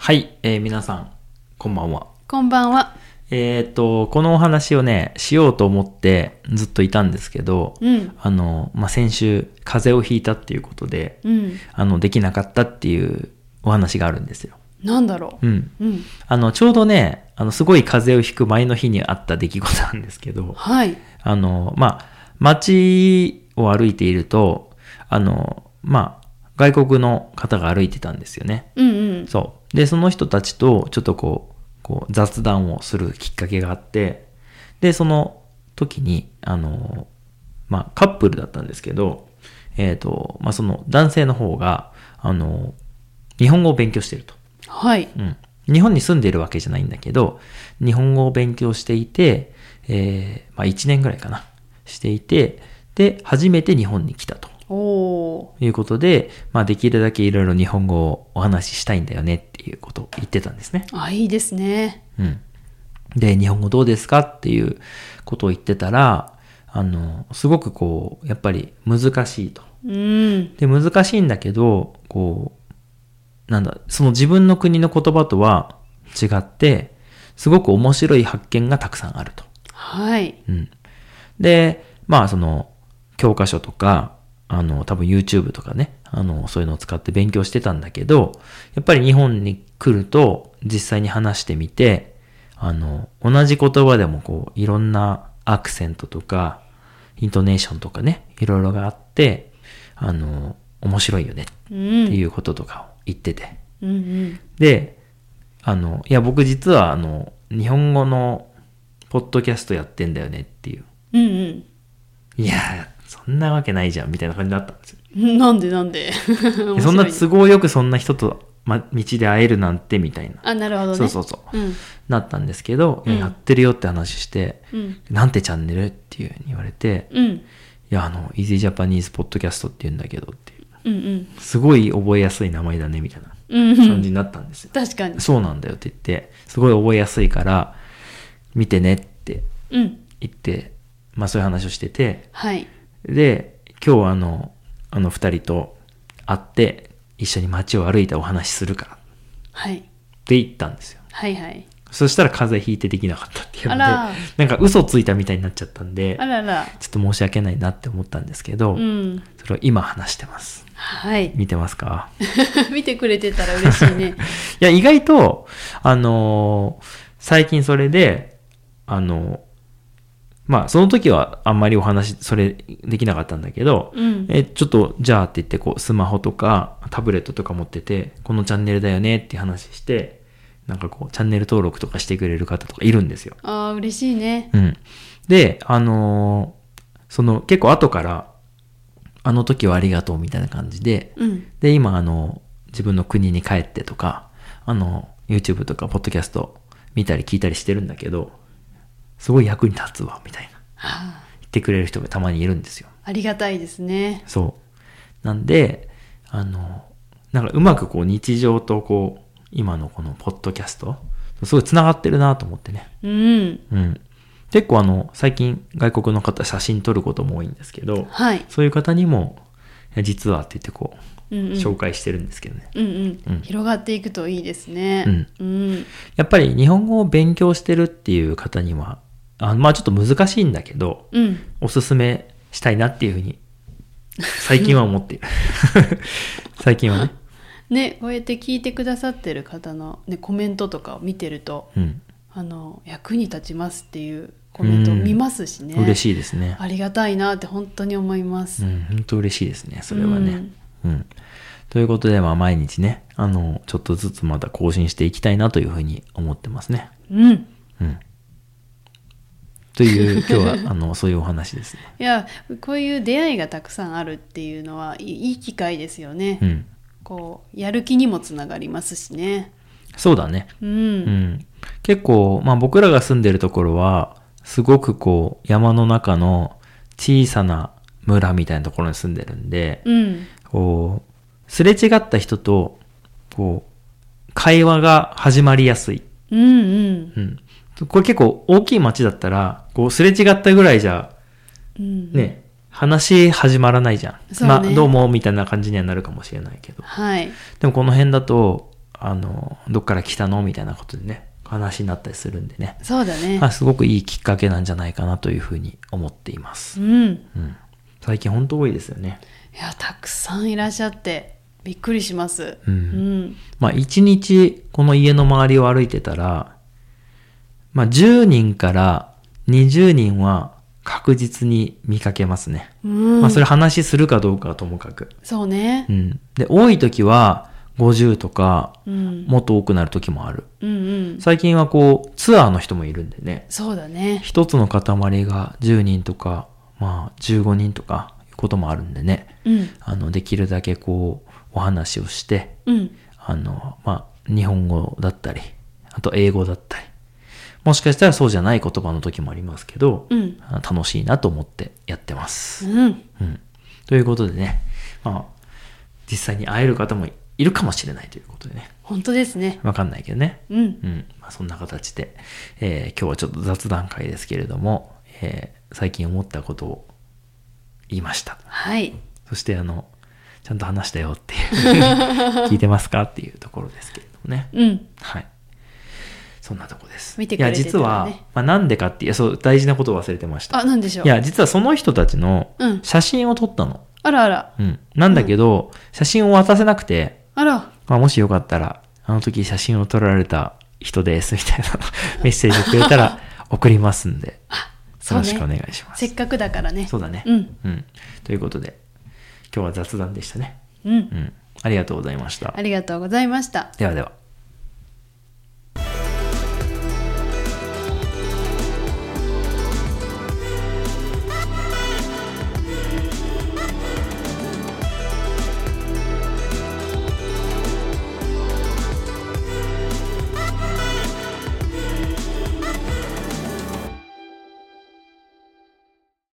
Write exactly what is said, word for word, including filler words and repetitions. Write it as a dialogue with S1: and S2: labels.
S1: はい、えー、皆さんこんばんは。
S2: こんばんは。
S1: えーっとこのお話をねしようと思ってずっといたんですけど、
S2: うん、
S1: あのまあ、先週風邪をひいたっていうことで、
S2: うん、
S1: あのできなかったっていうお話があるんですよ。
S2: なんだろう。
S1: うん、
S2: うん、
S1: あのちょうどねあのすごい風邪をひく前の日にあった出来事なんですけど、
S2: はい。
S1: あのまあ街を歩いているとあのまあ外国の方が歩いてたんですよね。
S2: うんうん。
S1: そうでその人たちとちょっとこうこう雑談をするきっかけがあって、でその時にあのまあカップルだったんですけど、えっとまあその男性の方があの日本語を勉強していると。
S2: はい。
S1: うん。日本に住んでいるわけじゃないんだけど、日本語を勉強していて、えー、まあいちねんぐらいかなしていて、で初めて日本に来たと。
S2: お
S1: いうことで、まあ、できるだけいろいろ日本語をお話ししたいんだよねっていうことを言ってたんですね。
S2: あ、いいですね。
S1: うん。で、日本語どうですかっていうことを言ってたら、あの、すごくこう、やっぱり難しいと。
S2: うん。
S1: で、難しいんだけど、こう、なんだ、その自分の国の言葉とは違って、すごく面白い発見がたくさんあると。
S2: はい。
S1: うん。で、まあ、その、教科書とか、あの、多分 YouTube とかね、あの、そういうのを使って勉強してたんだけど、やっぱり日本に来ると実際に話してみて、あの、同じ言葉でもこう、いろんなアクセントとか、イントネーションとかね、いろいろがあって、あの、面白いよねっていうこととかを言ってて。
S2: うんうん。
S1: で、あの、いや、僕実はあの、日本語のポッドキャストやってんだよねっていう。
S2: うんうん
S1: いや、そんなわけないじゃんみたいな感じだったんですよ。
S2: なんでなんで
S1: そんな都合よくそんな人と、ま、道で会えるなんてみたいな。
S2: あ、なるほどね。
S1: そうそうそう。
S2: うん。
S1: なったんですけど、
S2: うん
S1: いや、やってるよって話して、
S2: うん。
S1: なんてチャンネルっていう風に言われて、
S2: うん。
S1: いや、あの、Easy Japanese Podcast って言うんだけどっていう。
S2: うんうん。
S1: すごい覚えやすい名前だねみたいな
S2: うんうん。
S1: 感じになったんですよ。
S2: 確かに。
S1: そうなんだよって言って、すごい覚えやすいから、見てねって
S2: うん。
S1: 言って、まあそういう話をしてて、
S2: はい。
S1: で、今日あの、あの二人と会って、一緒に街を歩いてお話しするからっ
S2: はい。
S1: て言ったんですよ。
S2: はいはい。
S1: そしたら風邪ひいてできなかったっていうので、
S2: あら
S1: なんか嘘ついたみたいになっちゃったんで、
S2: あらら。
S1: ちょっと申し訳ないなって思ったんですけど、
S2: うん。
S1: それを今話してます。
S2: はい。
S1: 見てますか？
S2: 見てくれてたら嬉しいね。
S1: いや、意外と、あのー最近それで、あのーまあ、その時はあんまりお話、それできなかったんだけど、
S2: うん。
S1: え、ちょっと、じゃあって言って、こう、スマホとか、タブレットとか持ってて、このチャンネルだよねって話して、なんかこう、チャンネル登録とかしてくれる方とかいるんですよ。
S2: ああ、嬉しいね。
S1: うん。で、あのーその、結構後から、あの時はありがとうみたいな感じで、
S2: うん。
S1: で、今、あの、自分の国に帰ってとか、あの、YouTube とか、ポッドキャスト見たり聞いたりしてるんだけど、すごい役に立つわ、みたいな。
S2: はあ、
S1: 言ってくれる人がたまにいるんですよ。
S2: ありがたいですね。
S1: そう。なんで、あの、なんかうまくこう日常とこう、今のこのポッドキャスト、すごい繋がってるなと思ってね。
S2: うん。
S1: うん。結構あの、最近外国の方写真撮ることも多いんですけど、
S2: はい。
S1: そういう方にも、いや実はって言ってこう、
S2: うんうん。
S1: 紹介してるんですけどね。
S2: うんうん。
S1: うん
S2: 広がっていくといいですね。
S1: うん。
S2: うん。
S1: やっぱり日本語を勉強してるっていう方には、あまあちょっと難しいんだけど、
S2: うん。
S1: おすすめしたいなっていうふうに、最近は思っている。最近はね。
S2: ね、こうやって聞いてくださってる方の、ね、コメントとかを見てると、
S1: うん。
S2: あの役に立ちますっていうコメントを見ますしね。
S1: 嬉しいですね。
S2: ありがたいなって本当に思います。
S1: うん、本当嬉しいですね、それはね。うん。うん、ということで、まあ毎日ね、あの、ちょっとずつまた更新していきたいなというふうに思ってますね。
S2: うん。
S1: うん。という、今日は、あの、そういうお話ですね。
S2: いや、こういう出会いがたくさんあるっていうのはいいい機会ですよね。
S1: うん。
S2: こう、やる気にもつながりますしね。
S1: そうだね。
S2: うん。
S1: うん。結構、まあ僕らが住んでるところは、すごくこう、山の中の小さな村みたいなところに住んでるんで、
S2: うん。
S1: こう、すれ違った人と、こう、会話が始まりやすい。
S2: うんうん。
S1: うん。これ結構大きい町だったら、こう、すれ違ったぐらいじゃ、
S2: うん、
S1: ね、話始まらないじゃん。
S2: そうね
S1: まあ、どうも、みたいな感じにはなるかもしれないけど。
S2: はい。
S1: でもこの辺だと、 あの、どっから来たのみたいなことでね、話になったりするんでね。
S2: そうだね。
S1: まあ、すごくいいきっかけなんじゃないかなというふうに思っています。
S2: うん。
S1: うん。最近本当多いですよね。
S2: いや、たくさんいらっしゃって、びっくりします。
S1: うん。
S2: うん、
S1: まあ、一日、この家の周りを歩いてたら、まあ、じゅうにんからにじゅうにんは確実に見かけますね。
S2: うん。
S1: まあ、それ話するかどうかはともかく。
S2: そうね。
S1: うん。で、多い時はごじゅうとか、
S2: うん、
S1: もっと多くなる時もある。
S2: うんうん。
S1: 最近はこう、ツアーの人もいるんでね。
S2: そうだね。
S1: 一つの塊がじゅうにんとか、まあ、じゅうごにんとか、いうこともあるんでね。
S2: うん。
S1: あの、できるだけこう、お話をして、
S2: うん。
S1: あの、まあ、日本語だったり、あと英語だったり、もしかしたらそうじゃない言葉の時もありますけど、
S2: うん、
S1: 楽しいなと思ってやってます。
S2: うん。
S1: うん。ということでね、まあ、実際に会える方もいるかもしれないということでね。
S2: 本当ですね。
S1: わかんないけどね。
S2: うん。
S1: うん。まあ、そんな形で、えー今日はちょっと雑談会ですけれども、えー最近思ったことを言いました。
S2: はい。
S1: そしてあの、ちゃんと話したよっていう、聞いてますかっていうところですけれどもね。
S2: うん。
S1: はい。そんなとこです。
S2: 見てくれてたらね
S1: いや、実は、まあ、なんでかって、いや、そう、大事なことを忘れてました。
S2: あ、なんでしょう。
S1: いや、実はその人たちの
S2: うん
S1: 写真を撮ったの。
S2: あらあら。
S1: うん。なんだけど、写真を渡せなくて、
S2: あら。
S1: まあ、もしよかったら、あの時写真を撮られた人です、みたいなメッセージくれたら送りますんで、よろしくお願いします。
S2: せっかくだからね。
S1: そうだね。
S2: うん。
S1: うん。ということで、今日は雑談でしたね。
S2: うん。
S1: うん。ありがとうございました。
S2: ありがとうございました。
S1: ではでは。